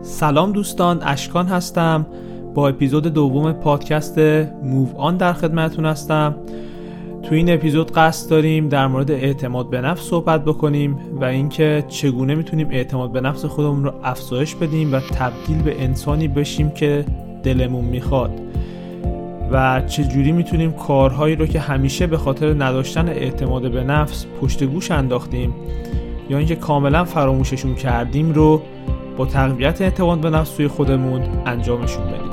سلام دوستان، اشکان هستم. با اپیزود دوم پادکست موو آن در خدمتتون هستم. تو این اپیزود قصد داریم در مورد اعتماد به نفس صحبت بکنیم و اینکه چگونه میتونیم اعتماد به نفس خودمون رو افزایش بدیم و تبدیل به انسانی بشیم که دلمون میخواد و چجوری میتونیم کارهایی رو که همیشه به خاطر نداشتن اعتماد به نفس پشت گوش انداختیم یا اینکه کاملا فراموششون کردیم رو با تقویت اعتماد به نفس توی خودمون انجامشون بدیم.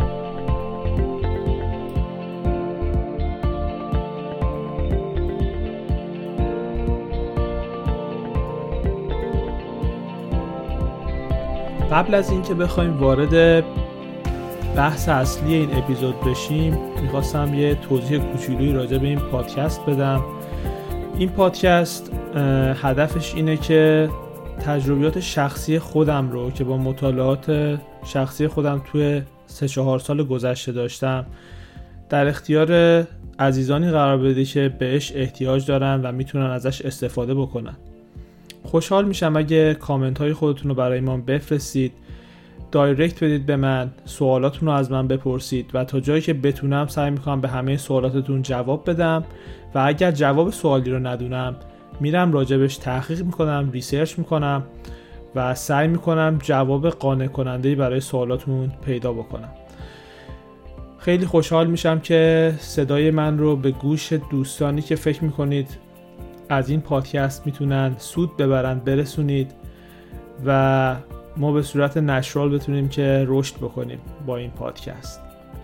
قبل از اینکه بخوایم وارد بحث اصلی این اپیزود بشیم، میخواستم یه توضیح کوچولویی راجع به این پادکست بدم. این پادکست هدفش اینه که تجربیات شخصی خودم رو که با مطالعات شخصی خودم توی 3-4 سال گذشته داشتم در اختیار عزیزانی قرار بده که بهش احتیاج دارن و میتونن ازش استفاده بکنن. خوشحال میشم اگه کامنت های خودتون رو برای من بفرستید، دایرکت بدید به من، سوالاتون رو از من بپرسید و تا جایی که بتونم سعی میکنم به همه سوالاتتون جواب بدم و اگر جواب سوالی رو ندونم میرم راجبش تحقیق میکنم، ریسرچ میکنم و سعی میکنم جواب قانع کننده‌ای برای سوالاتون پیدا بکنم. خیلی خوشحال میشم که صدای من رو به گوش دوستانی که فکر میکنید از این پادکست میتونن سود ببرن برسونید و ما به صورت نچرال بتونیم که رشد بکنیم با این پادکست.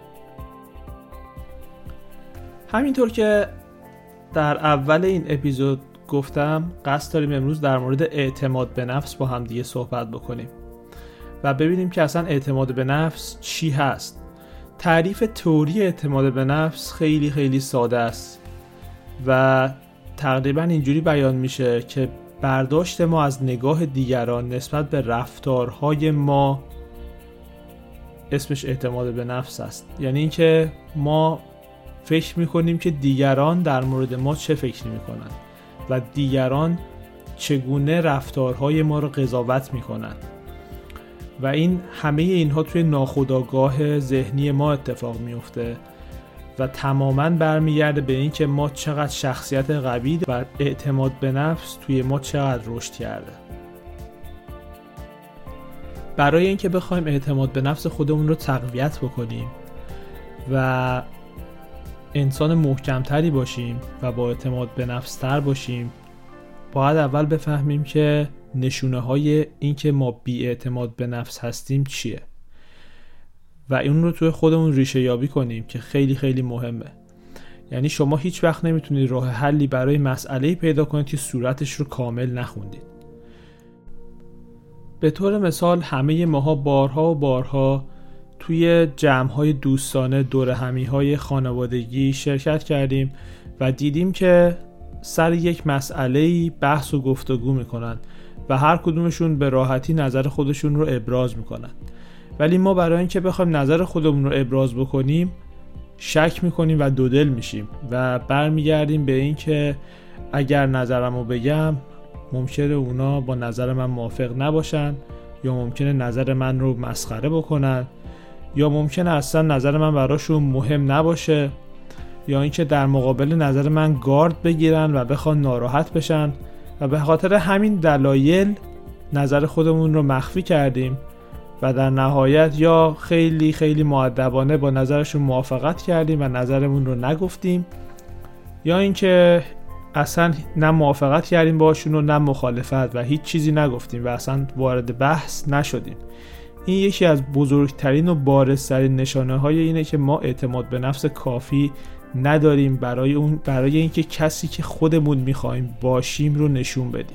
همینطور که در اول این اپیزود گفتم، قصد داریم امروز در مورد اعتماد به نفس با هم دیگه صحبت بکنیم و ببینیم که اصلا اعتماد به نفس چی هست. تعریف تئوری اعتماد به نفس خیلی خیلی ساده است و تقریبا اینجوری بیان میشه که برداشت ما از نگاه دیگران نسبت به رفتارهای ما اسمش اعتماد به نفس است. یعنی اینکه ما فکر میکنیم که دیگران در مورد ما چه فکر میکنن و دیگران چگونه رفتارهای ما رو قضاوت میکنن و این همه اینها توی ناخودآگاه ذهنی ما اتفاق میفته و تماماً برمیگرده به این که ما چقدر شخصیت قوی و اعتماد به نفس توی ما چقدر رشد کرده. برای اینکه بخوایم اعتماد به نفس خودمون رو تقویت بکنیم و انسان محکمتری باشیم و با اعتماد به نفس تر باشیم، باید اول بفهمیم که نشونه های این که ما بی اعتماد به نفس هستیم چیه و اون رو توی خودمون ریشه یابی کنیم که خیلی خیلی مهمه. یعنی شما هیچ وقت نمیتونید راه حلی برای مسئله‌ای پیدا کنید که صورتش رو کامل نخوندید. به طور مثال همه ماها بارها و بارها توی جمع‌های دوستانه، دور همی‌های خانوادگی شرکت کردیم و دیدیم که سر یک مسئله‌ای بحث و گفتگو میکنن و هر کدومشون به راحتی نظر خودشون رو ابراز میکنن. ولی ما برای اینکه بخوایم نظر خودمون رو ابراز بکنیم شک میکنیم و دودل میشیم و برمیگردیم به این که اگر نظرمو بگم ممکنه اونا با نظر من موافق نباشن یا ممکنه نظر من رو مسخره بکنن یا ممکنه اصلا نظر من براشون مهم نباشه یا اینکه در مقابل نظر من گارد بگیرن و بخوان ناراحت بشن و به خاطر همین دلایل نظر خودمون رو مخفی کردیم و در نهایت یا خیلی خیلی مؤدبانه با نظرشون موافقت کردیم و نظرمون رو نگفتیم یا اینکه اصلا نه موافقت کردیم باشون و نه مخالفت و هیچ چیزی نگفتیم و اصلا وارد بحث نشدیم. این یکی از بزرگترین و بارزترین نشانه های اینه که ما اعتماد به نفس کافی نداریم برای اینکه کسی که خودمون میخوایم باشیم رو نشون بدیم.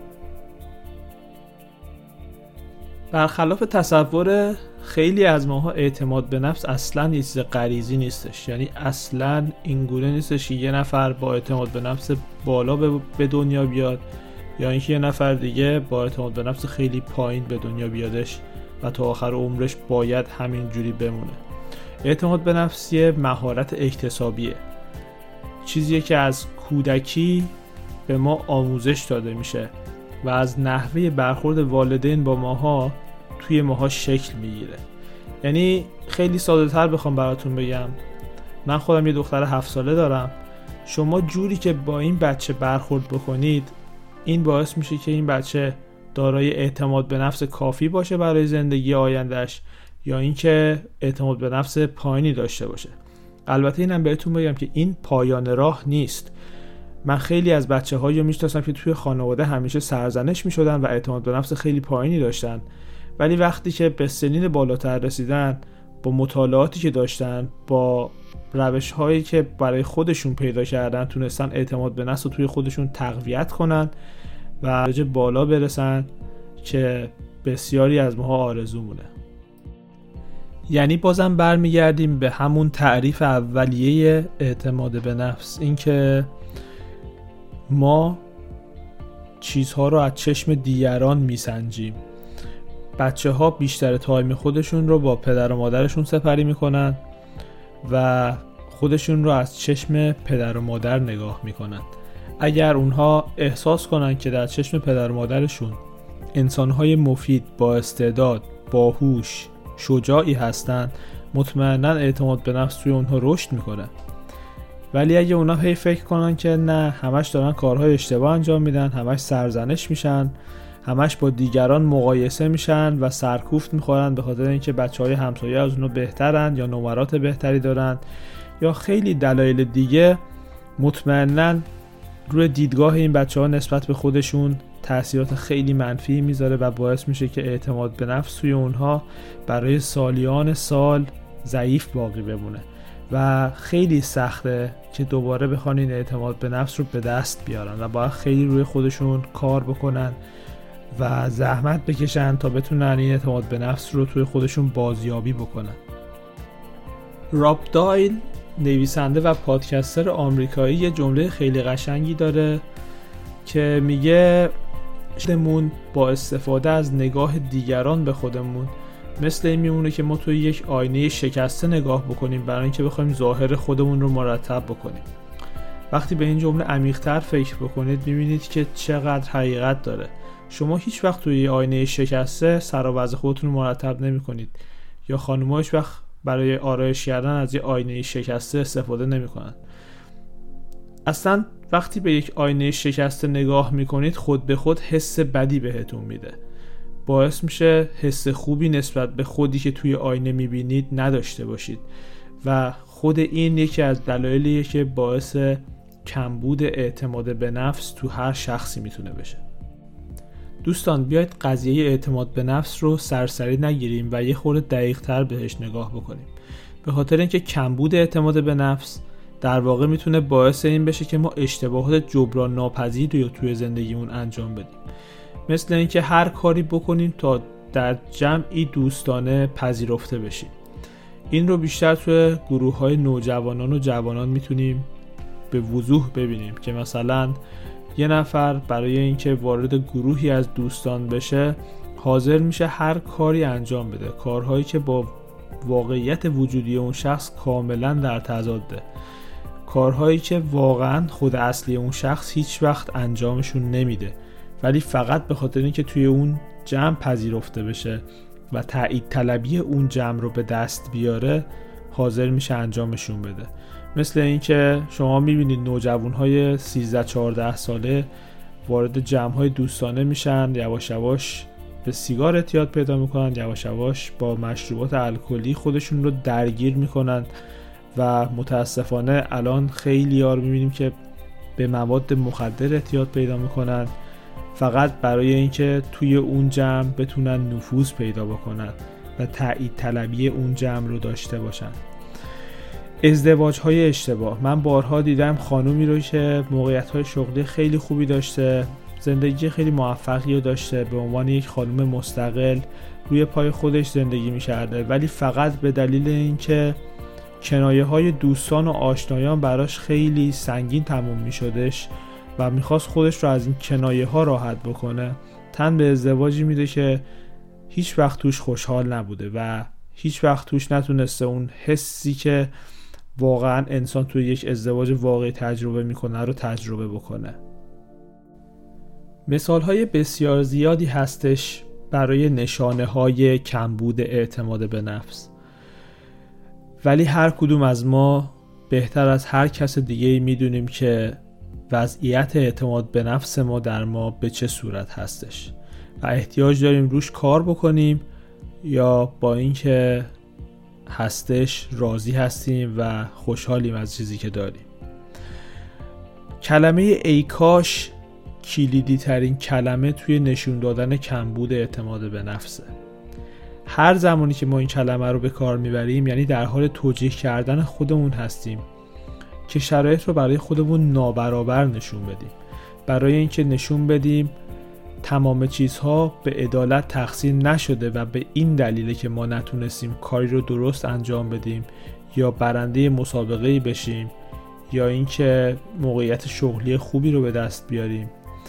برخلاف تصور خیلی از ماها اعتماد به نفس اصلا یه چیز غریزی نیستش. یعنی اصلا اینگونه نیستش که یه نفر با اعتماد به نفس بالا به دنیا بیاد یا اینکه یه نفر دیگه با اعتماد به نفس خیلی پایین به دنیا بیادش و تا آخر عمرش باید همین جوری بمونه. اعتماد به نفس یه مهارت اکتسابیه، چیزیه که از کودکی به ما آموزش داده میشه و از نحوه برخورد والدین با ماها توی ماها شکل میگیره. یعنی خیلی ساده تر بخوام براتون بگم، من خودم یه دختر 7 ساله دارم. شما جوری که با این بچه برخورد بکنید، این باعث میشه که این بچه دارای اعتماد به نفس کافی باشه برای زندگی آیندهش، یا اینکه اعتماد به نفس پایینی داشته باشه. البته اینم بهتون بگم که این پایان راه نیست. من خیلی از بچه‌هایی رو میشناسم که توی خانواده همیشه سرزنش میشدن و اعتماد به نفس خیلی پایینی داشتن، ولی وقتی که به سنین بالاتر رسیدن، با مطالعاتی که داشتن، با روش‌هایی که برای خودشون پیدا کردن، تونستن اعتماد به نفس رو توی خودشون تقویت کنن و درجه بالا برسن که بسیاری از ماها آرزومونه. یعنی بازم برمیگردیم به همون تعریف اولیه اعتماد به نفس، این که ما چیزها رو از چشم دیگران میسنجیم. بچه ها بیشتر تایم خودشون رو با پدر و مادرشون سپری میکنن و خودشون رو از چشم پدر و مادر نگاه میکنن. اگر اونها احساس کنن که در چشم پدر و مادرشون انسانهای مفید، با استعداد، باهوش، شجاعی هستن، مطمئناً اعتماد به نفس توی اونها رشد میکنه. ولی اگه اونا هی فکر کنن که نه، همش دارن کارهای اشتباه انجام میدن، همش سرزنش میشن، همش با دیگران مقایسه میشن و سرکوفت میخورن به خاطر اینکه بچهای همسایه از اونها بهترن یا نمرات بهتری دارن یا خیلی دلایل دیگه، مطمئناً روی دیدگاه این بچه‌ها نسبت به خودشون تأثیرات خیلی منفی میذاره و باعث میشه که اعتماد به نفس توی اونها برای سالیان سال ضعیف باقی بمونه و خیلی سخته که دوباره بخوان این اعتماد به نفس رو به دست بیارن و باید خیلی روی خودشون کار بکنن و زحمت بکشن تا بتونن این اعتماد به نفس رو توی خودشون بازیابی بکنن. راب دایل، نویسنده و پادکستر آمریکایی، یه جمله خیلی قشنگی داره که میگه خودمون با استفاده از نگاه دیگران به خودمون مثل این میمونه که ما توی یک آینه شکسته نگاه بکنیم برای اینکه بخوایم ظاهر خودمون رو مرتب بکنیم. وقتی به این جمله عمیق‌تر فکر بکنید میبینید که چقدر حقیقت داره. شما هیچ وقت توی آینه شکسته سر و وضع خودتون رو مرتب نمی‌کنید، یا خانم‌ها هیچ وقت برای آرایش کردن از یه آینه شکسته استفاده نمی‌کنن. اصلا وقتی به یک آینه شکسته نگاه میکنید، خود به خود حس بدی بهتون میده. باعث میشه حس خوبی نسبت به خودی که توی آینه میبینید نداشته باشید و خود این یکی از دلایلیه که باعث کمبود اعتماد به نفس تو هر شخصی میتونه بشه. دوستان، بیایید قضیه اعتماد به نفس رو سرسری نگیریم و یه خورده دقیق تر بهش نگاه بکنیم، به خاطر اینکه کمبود اعتماد به نفس در واقع میتونه باعث این بشه که ما اشتباهات جبران ناپذیری رو توی زندگیمون انجام بدیم. مثل اینکه هر کاری بکنیم تا در جمعی دوستانه پذیرفته بشیم. این رو بیشتر توی گروه‌های نوجوانان و جوانان میتونیم به وضوح ببینیم که مثلا یه نفر برای اینکه وارد گروهی از دوستان بشه حاضر میشه هر کاری انجام بده، کارهایی که با واقعیت وجودی اون شخص کاملا در تضاده، کارهایی که واقعا خود اصلی اون شخص هیچ وقت انجامشون نمیده، ولی فقط به خاطر اینکه توی اون جمع پذیرفته بشه و تایید طلبی اون جمع رو به دست بیاره حاضر میشه انجامشون بده. مثل اینکه شما میبینید نوجوانهای 13-14 ساله وارد جمعهای دوستانه میشن، یواش یواش به سیگار اعتیاد پیدا میکنن، یواش یواش با مشروبات الکلی خودشون رو درگیر میکنن و متاسفانه الان خیلی ها رو میبینیم که به مواد مخدر اعتیاد پیدا میکنن فقط برای اینکه توی اون جمع بتونن نفوذ پیدا بکنن و تایید طلبی اون جمع رو داشته باشن. ازدواج‌های اشتباه. من بارها دیدم خانومی رو که موقعیت‌های شغلی خیلی خوبی داشته، زندگی خیلی موفقی رو داشته، به عنوان یک خانم مستقل روی پای خودش زندگی می‌کرده، ولی فقط به دلیل اینکه کنایه‌های دوستان و آشنایان براش خیلی سنگین تموم می‌شدش و می‌خواست خودش رو از این کنایه‌ها راحت بکنه، تن به ازدواجی میده که هیچ وقت توش خوشحال نبوده و هیچ وقت توش نتونسته اون حسی که واقعا انسان توی یک ازدواج واقعی تجربه میکنه رو تجربه بکنه. مثالهای بسیار زیادی هستش برای نشانه های کمبود اعتماد به نفس. ولی هر کدوم از ما بهتر از هر کس دیگه‌ای میدونیم که وضعیت اعتماد به نفس ما در ما به چه صورت هستش و احتیاج داریم روش کار بکنیم یا با اینکه هستش راضی هستیم و خوشحالیم از چیزی که داریم. کلمه ای کاش کلیدی ترین کلمه توی نشون دادن کمبود اعتماد به نفسه. هر زمانی که ما این کلمه رو به کار میبریم یعنی در حال توجیه کردن خودمون هستیم که شرایط رو برای خودمون نابرابر نشون بدیم، برای اینکه نشون بدیم تمام چیزها به عدالت تقسیم نشده و به این دلیله که ما نتونستیم کاری رو درست انجام بدیم یا برنده مسابقه‌ای بشیم یا اینکه موقعیت شغلی خوبی رو به دست بیاریم.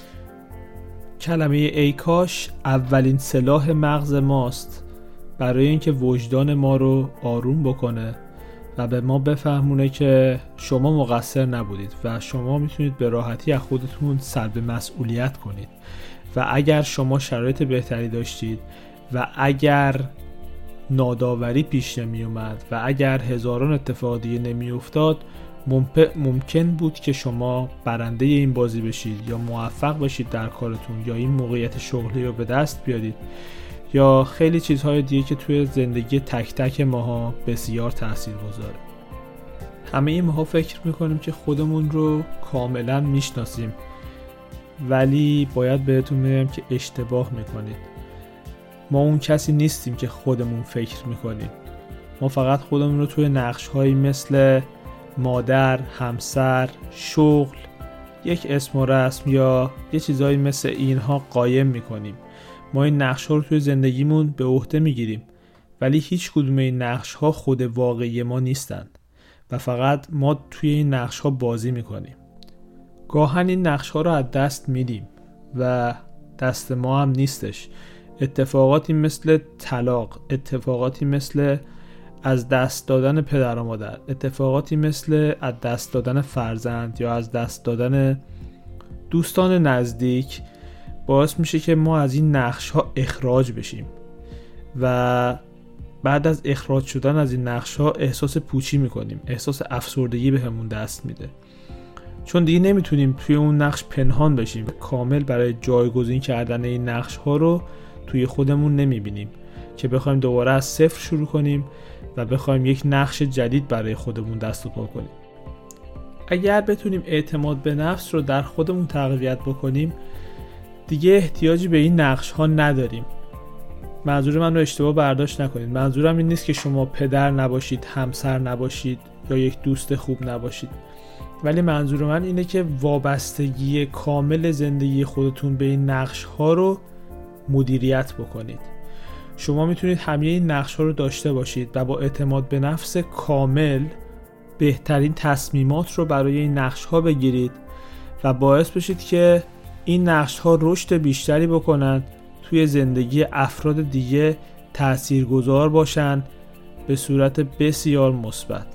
کلمه ای کاش اولین سلاح مغز ماست برای اینکه وجدان ما رو آروم بکنه و به ما بفهمونه که شما مقصر نبودید و شما میتونید به راحتی از خودتون سلب مسئولیت کنید و اگر شما شرایط بهتری داشتید و اگر ناداوری پیش نمی اومد و اگر هزاران اتفاق دیگه نمی افتاد ممکن بود که شما برنده این بازی بشید یا موفق بشید در کارتون یا این موقعیت شغلی رو به دست بیارید یا خیلی چیزهای دیگه که توی زندگی تک تک ماها بسیار تاثیرگذاره. همه این ماها فکر میکنیم که خودمون رو کاملا میشناسیم، ولی باید بهتون بگم که اشتباه میکنید. ما اون کسی نیستیم که خودمون فکر میکنیم. ما فقط خودمون رو توی نقش‌هایی مثل مادر، همسر، شغل، یک اسم و رسم یا یه چیزایی مثل اینها قایم میکنیم. ما این نقش‌ها رو توی زندگیمون به عهده میگیریم، ولی هیچ کدوم این نقش‌ها خود واقعی ما نیستن و فقط ما توی این نقش‌ها بازی میکنیم. گاهن این نقش‌ها رو از دست میدیم و دست ما هم نیستش. اتفاقاتی مثل طلاق، اتفاقاتی مثل از دست دادن پدر و مادر، اتفاقاتی مثل از دست دادن فرزند یا از دست دادن دوستان نزدیک باعث میشه که ما از این نقش‌ها اخراج بشیم و بعد از اخراج شدن از این نقش‌ها احساس پوچی میکنیم، احساس افسردگی بهمون دست میده، چون دیگه نمیتونیم توی اون نقش پنهان بشیم. کامل برای جایگزین کردن این نقش‌ها رو توی خودمون نمیبینیم که بخوایم دوباره از صفر شروع کنیم و بخوایم یک نقش جدید برای خودمون دست و پا کنیم. اگر بتونیم اعتماد به نفس رو در خودمون تقویت بکنیم دیگه احتیاجی به این نقش ها نداریم. منظور من رو اشتباه برداشت نکنید. منظورم این نیست که شما پدر نباشید، همسر نباشید یا یک دوست خوب نباشید، ولی منظور من اینه که وابستگی کامل زندگی خودتون به این نقش ها رو مدیریت بکنید. شما میتونید همه این نقش ها رو داشته باشید و با اعتماد به نفس کامل بهترین تصمیمات رو برای این نقش ها بگیرید و باعث بشید که این نقش ها رشد بیشتری بکنن، توی زندگی افراد دیگه تاثیرگذار باشن به صورت بسیار مثبت.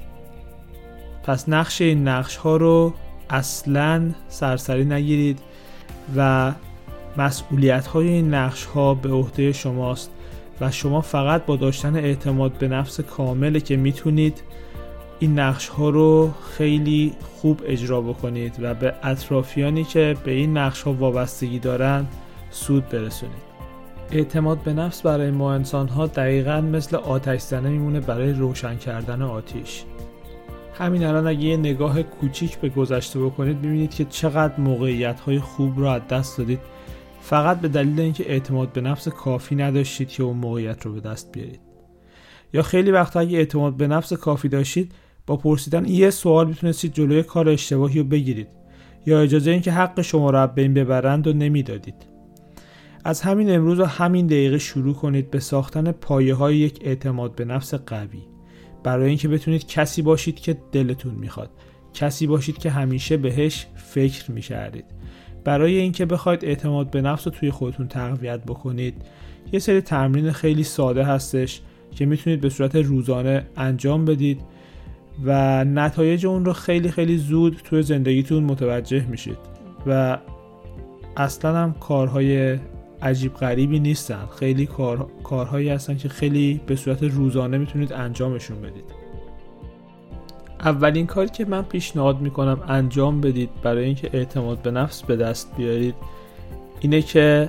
پس نقش این نقش ها رو اصلاً سرسری نگیرید و مسئولیت های این نقش ها به عهده شماست و شما فقط با داشتن اعتماد به نفس کامله که میتونید این نقش ها رو خیلی خوب اجرا بکنید و به اطرافیانی که به این نقش ها وابستگی دارن سود برسونید. اعتماد به نفس برای ما انسان ها دقیقاً مثل آتش زنه میمونه برای روشن کردن آتش. همین الان اگه یه نگاه کوچیک به گذشته بکنید ببینید که چقدر موقعیت های خوب رو از دست دادید فقط به دلیل اینکه اعتماد به نفس کافی نداشتید که اون موقعیت رو به دست بیارید. یا خیلی وقتا اگه اعتماد به نفس کافی داشتید با پرسیدن یه سوال میتونستید جلوی کار اشتباهی رو بگیرید یا اجازه این که حق شما رو از بین ببرند و نمیدادید. از همین امروز و همین دقیقه شروع کنید به ساختن پایه‌های یک اعتماد به نفس قوی، برای اینکه بتونید کسی باشید که دلتون میخواد، کسی باشید که همیشه بهش فکر میکردید. برای اینکه بخواید اعتماد به نفس رو توی خودتون تقویت بکنید یه سری تمرین خیلی ساده هستش که میتونید به صورت روزانه انجام بدید و نتایج اون رو خیلی خیلی زود توی زندگیتون متوجه میشید و اصلا هم کارهای عجیب غریبی نیستن. خیلی کارهایی هستن که خیلی به صورت روزانه میتونید انجامشون بدید. اولین کاری که من پیشنهاد میکنم انجام بدید برای اینکه اعتماد به نفس به دست بیارید اینه که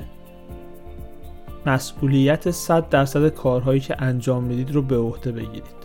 مسئولیت 100% کارهایی که انجام میدید رو به عهده بگیرید.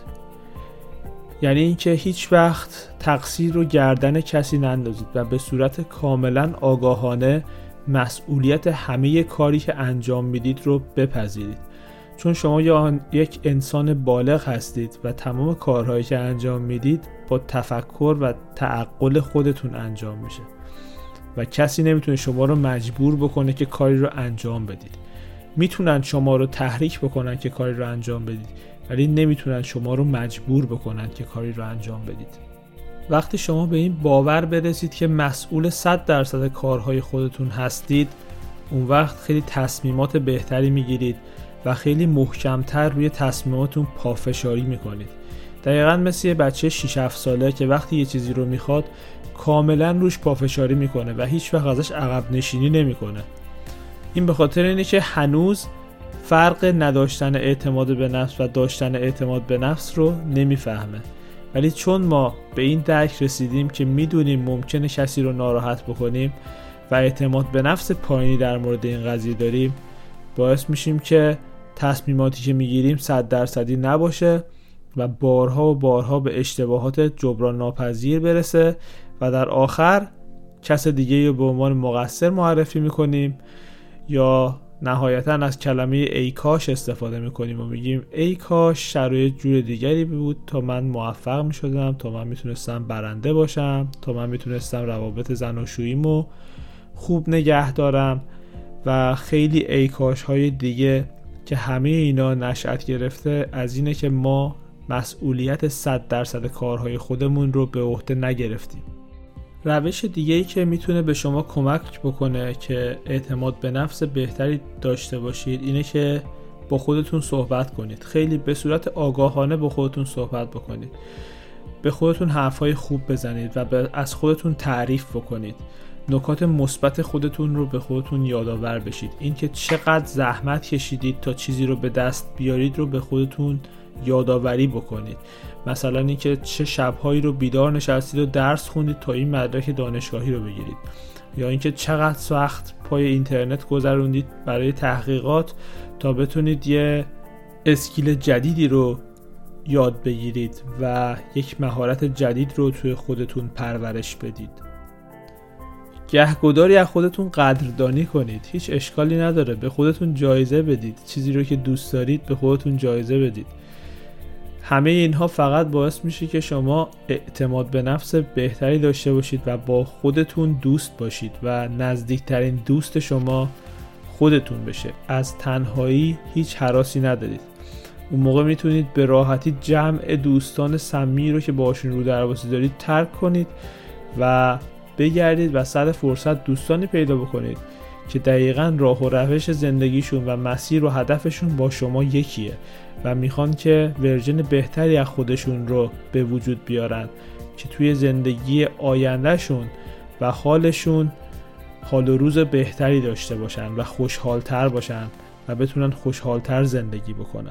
یعنی اینکه هیچ وقت تقصیر رو گردن کسی نندازید و به صورت کاملا آگاهانه مسئولیت همه کاری که انجام میدید رو بپذیرید. چون شما یک انسان بالغ هستید و تمام کارهایی که انجام میدید با تفکر و تعقل خودتون انجام میشه و کسی نمیتونه شما رو مجبور بکنه که کاری رو انجام بدید. میتونن شما رو تحریک بکنن که کاری رو انجام بدید، ولی نمیتونن شما رو مجبور بکنن که کاری رو انجام بدید. وقتی شما به این باور برسید که مسئول 100% کارهای خودتون هستید، اون وقت خیلی تصمیمات بهتری میگیرید و خیلی محکمتر روی تصمیماتون پافشاری میکنید. دقیقاً مثل یه بچه 6-7 ساله که وقتی یه چیزی رو میخواد کاملا روش پافشاری میکنه و هیچ وقت ازش عقب نشینی نمیکنه. این به خاطر اینه که هنوز فرق نداشتن اعتماد به نفس و داشتن اعتماد به نفس رو نمیفهمه. ولی چون ما به این درک رسیدیم که میدونیم ممکنه کسی رو ناراحت بکنیم و اعتماد به نفس پایینی در مورد این قضیه داریم، باعث میشیم که تصمیماتی که میگیریم 100% نباشه و بارها و بارها به اشتباهات جبران ناپذیر برسه و در آخر کس دیگه رو به عنوان مقصر معرفی میکنیم یا نهایتاً از کلمه ای کاش استفاده میکنیم و میگیم ای کاش شرایط جور دیگری بود تا من موفق میشدم، تا من میتونستم برنده باشم، تا من میتونستم روابط زناشوییمو خوب نگه دارم و خیلی ای کاش های دیگه که همه اینا نشأت گرفته از اینه که ما مسئولیت 100% کارهای خودمون رو به عهده نگرفتیم. روش دیگه‌ای که میتونه به شما کمک بکنه که اعتماد به نفس بهتری داشته باشید اینه که با خودتون صحبت کنید. خیلی به صورت آگاهانه با خودتون صحبت بکنید. به خودتون حرفای خوب بزنید و از خودتون تعریف بکنید. نکات مثبت خودتون رو به خودتون یادآور بشید. اینکه چقدر زحمت کشیدید تا چیزی رو به دست بیارید رو به خودتون یادآوری بکنید. مثلا اینکه چه شب‌هایی رو بیدار نشستید و درس خوندید تا این مدرک دانشگاهی رو بگیرید، یا اینکه چقدر وقت پای اینترنت گذروندید برای تحقیقات تا بتونید یه اسکیل جدیدی رو یاد بگیرید و یک مهارت جدید رو توی خودتون پرورش بدید. گهگداری از خودتون قدردانی کنید. هیچ اشکالی نداره، به خودتون جایزه بدید. چیزی رو که دوست دارید به خودتون جایزه بدید. همه اینها فقط باعث میشه که شما اعتماد به نفس بهتری داشته باشید و با خودتون دوست باشید و نزدیکترین دوست شما خودتون بشه. از تنهایی هیچ هراسی ندارید. اون موقع میتونید به راحتی جمع دوستان صمیمی رو که باشون رو درواسی دارید ترک کنید و بگردید و سر فرصت دوستانی پیدا بکنید که دقیقاً راه و روش زندگیشون و مسیر و هدفشون با شما یکیه و میخوان که ورژن بهتری از خودشون رو به وجود بیارن که توی زندگی آیندهشون و حالشون حال و روز بهتری داشته باشن و خوشحالتر باشن و بتونن خوشحالتر زندگی بکنن.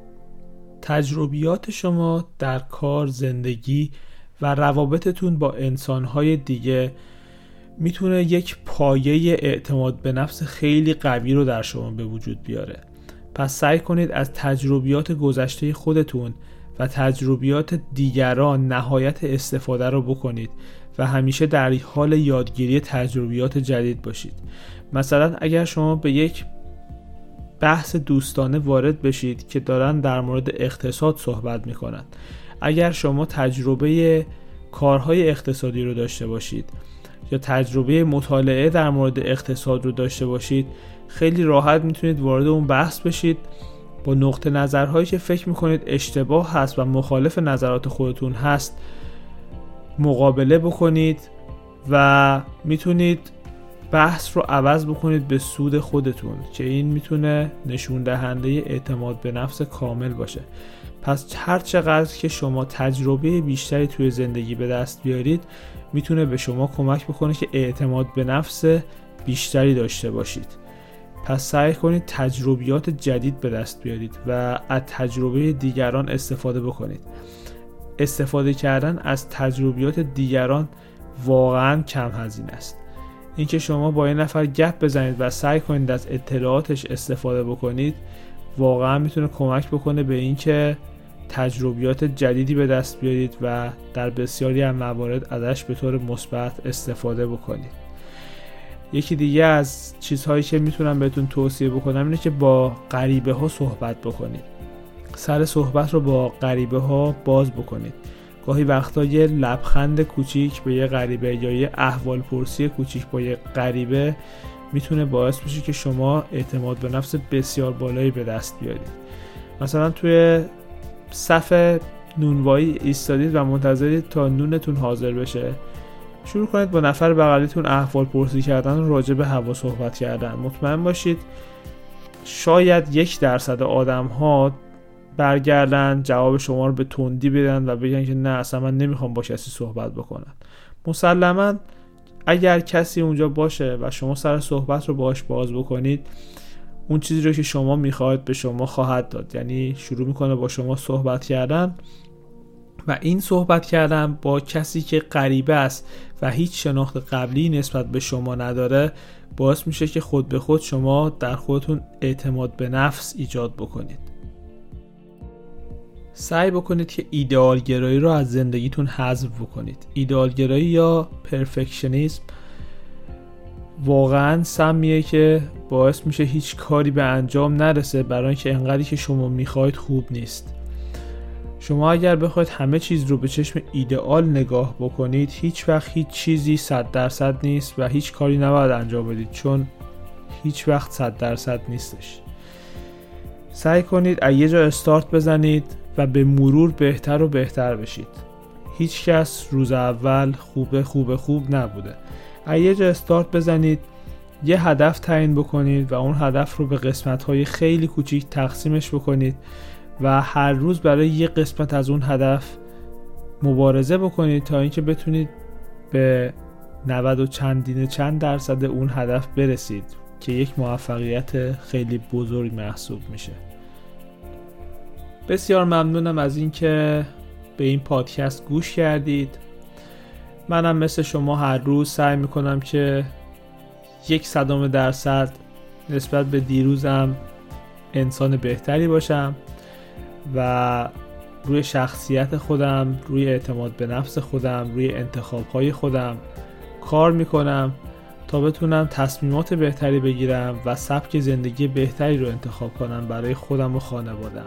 تجربیات شما در کار، زندگی و روابطتون با انسانهای دیگه میتونه یک پایه اعتماد به نفس خیلی قوی رو در شما به وجود بیاره. پس سعی کنید از تجربیات گذشته خودتون و تجربیات دیگران نهایت استفاده رو بکنید و همیشه در حال یادگیری تجربیات جدید باشید. مثلا اگر شما به یک بحث دوستانه وارد بشید که دارن در مورد اقتصاد صحبت میکنن، اگر شما تجربه کارهای اقتصادی رو داشته باشید یا تجربه مطالعه در مورد اقتصاد رو داشته باشید، خیلی راحت میتونید وارد اون بحث بشید، با نقطه نظرهایی که فکر میکنید اشتباه هست و مخالف نظرات خودتون هست مقابله بکنید و میتونید بحث رو عوض بکنید به سود خودتون که این میتونه نشون دهنده اعتماد به نفس کامل باشه. پس هر چقدر که شما تجربه بیشتری توی زندگی به دست بیارید میتونه به شما کمک بکنه که اعتماد به نفس بیشتری داشته باشید. پس سعی کنید تجربیات جدید به دست بیارید و از تجربه دیگران استفاده بکنید. استفاده کردن از تجربیات دیگران واقعا کم هزینه است. اینکه شما با یه نفر گپ بزنید و سعی کنید از اطلاعاتش استفاده بکنید واقعا میتونه کمک بکنه به اینکه تجربیات جدیدی به دست بیارید و در بسیاری از موارد ازش به طور مثبت استفاده بکنید. یکی دیگه از چیزهایی که میتونم بهتون توصیه بکنم اینه که با غریبه ها صحبت بکنید. سر صحبت رو با غریبه ها باز بکنید. گاهی وقتا یه لبخند کوچیک به یه غریبه یا یه احوال پرسی کوچیک با یه غریبه میتونه باعث بشه که شما اعتماد به نفس بسیار بالایی به دست بیارید. مثلا توی صف نونوایی ایستادید و منتظرید تا نونتون حاضر بشه، شروع کنید با نفر بغلیتون احوال پرسی کردن و راجع به هوا صحبت کردن. مطمئن باشید شاید 1% آدم ها برگردن جواب شما رو به تندی بدن و بگن که نه اصلا من نمیخوام با کسی صحبت بکنم. مسلماً اگر کسی اونجا باشه و شما سر صحبت رو باهاش باز بکنید، اون چیزی رو که شما میخواید به شما خواهد داد. یعنی شروع میکنه با شما صحبت کردن و این صحبت کردن با کسی که غریبه است و هیچ شناخت قبلی نسبت به شما نداره باعث میشه که خود به خود شما در خودتون اعتماد به نفس ایجاد بکنید. سعی بکنید که ایدئال گرایی رو از زندگیتون حذف بکنید. ایدئال گرایی یا پرفکشنیسم واقعا سمیه که باعث میشه هیچ کاری به انجام نرسه، برای اینکه انقدری که شما میخواید خوب نیست. شما اگر بخواید همه چیز رو به چشم ایدئال نگاه بکنید، هیچ وقت هیچ چیزی 100% نیست و هیچ کاری نباید انجام بدید، چون هیچ وقت 100% نیستش. سعی کنید از یه جا استارت بزنید و به مرور بهتر و بهتر بشید. هیچ کس روز اول خوب نبوده. از یه جا استارت بزنید، یه هدف تعیین بکنید و اون هدف رو به قسمت‌های خیلی کوچیک تقسیمش بکنید و هر روز برای یه قسمت از اون هدف مبارزه بکنید تا اینکه بتونید به 90 و چند درصد اون هدف برسید که یک موفقیت خیلی بزرگ محسوب میشه. بسیار ممنونم از اینکه به این پادکست گوش کردید. منم مثل شما هر روز سعی میکنم که 0.01% نسبت به دیروزم انسان بهتری باشم و روی شخصیت خودم، روی اعتماد به نفس خودم، روی انتخابهای خودم کار میکنم تا بتونم تصمیمات بهتری بگیرم و سبک زندگی بهتری رو انتخاب کنم برای خودم و خانواده‌ام.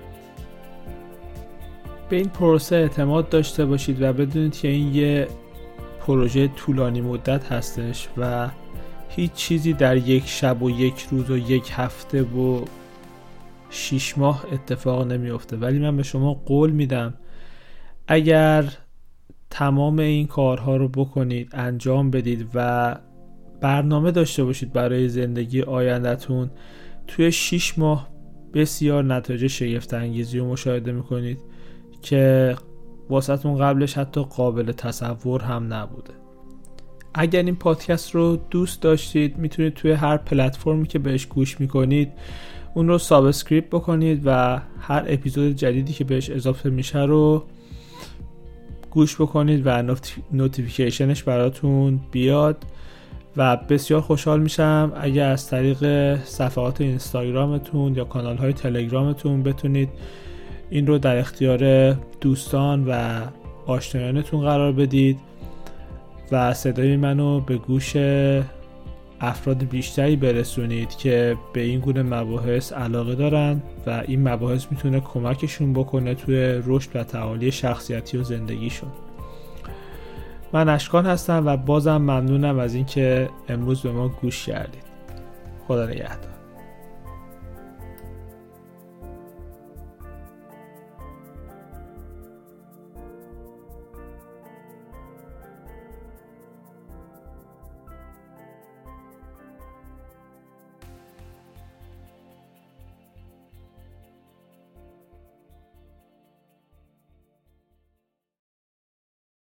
به این پروسه اعتماد داشته باشید و بدونید که این یه پروژه طولانی مدت هستش و هیچ چیزی در یک شب و یک روز و یک هفته و 6 ماه اتفاق نمیفته. ولی من به شما قول میدم اگر تمام این کارها رو بکنید، انجام بدید و برنامه داشته باشید برای زندگی آینده‌تون، توی 6 ماه بسیار نتایج شگفت انگیزی رو مشاهده میکنید که واسهتون قبلش حتی قابل تصور هم نبوده. اگر این پادکست رو دوست داشتید میتونید توی هر پلتفرمی که بهش گوش میکنید اون رو سابسکرایب بکنید و هر اپیزود جدیدی که بهش اضافه میشه رو گوش بکنید و نوتیفیکیشنش براتون بیاد و بسیار خوشحال میشم اگر از طریق صفحات اینستاگرامتون یا کانال‌های تلگرامتون بتونید این رو در اختیار دوستان و آشنایانتون قرار بدید و صدای منو به گوش افراد بیشتری برسونید که به این گونه مباحث علاقه دارن و این مباحث میتونه کمکشون بکنه توی رشد و تعالی شخصیتی و زندگیشون. من اشکان هستم و بازم ممنونم از اینکه امروز به ما گوش کردید. خدا نگهدار.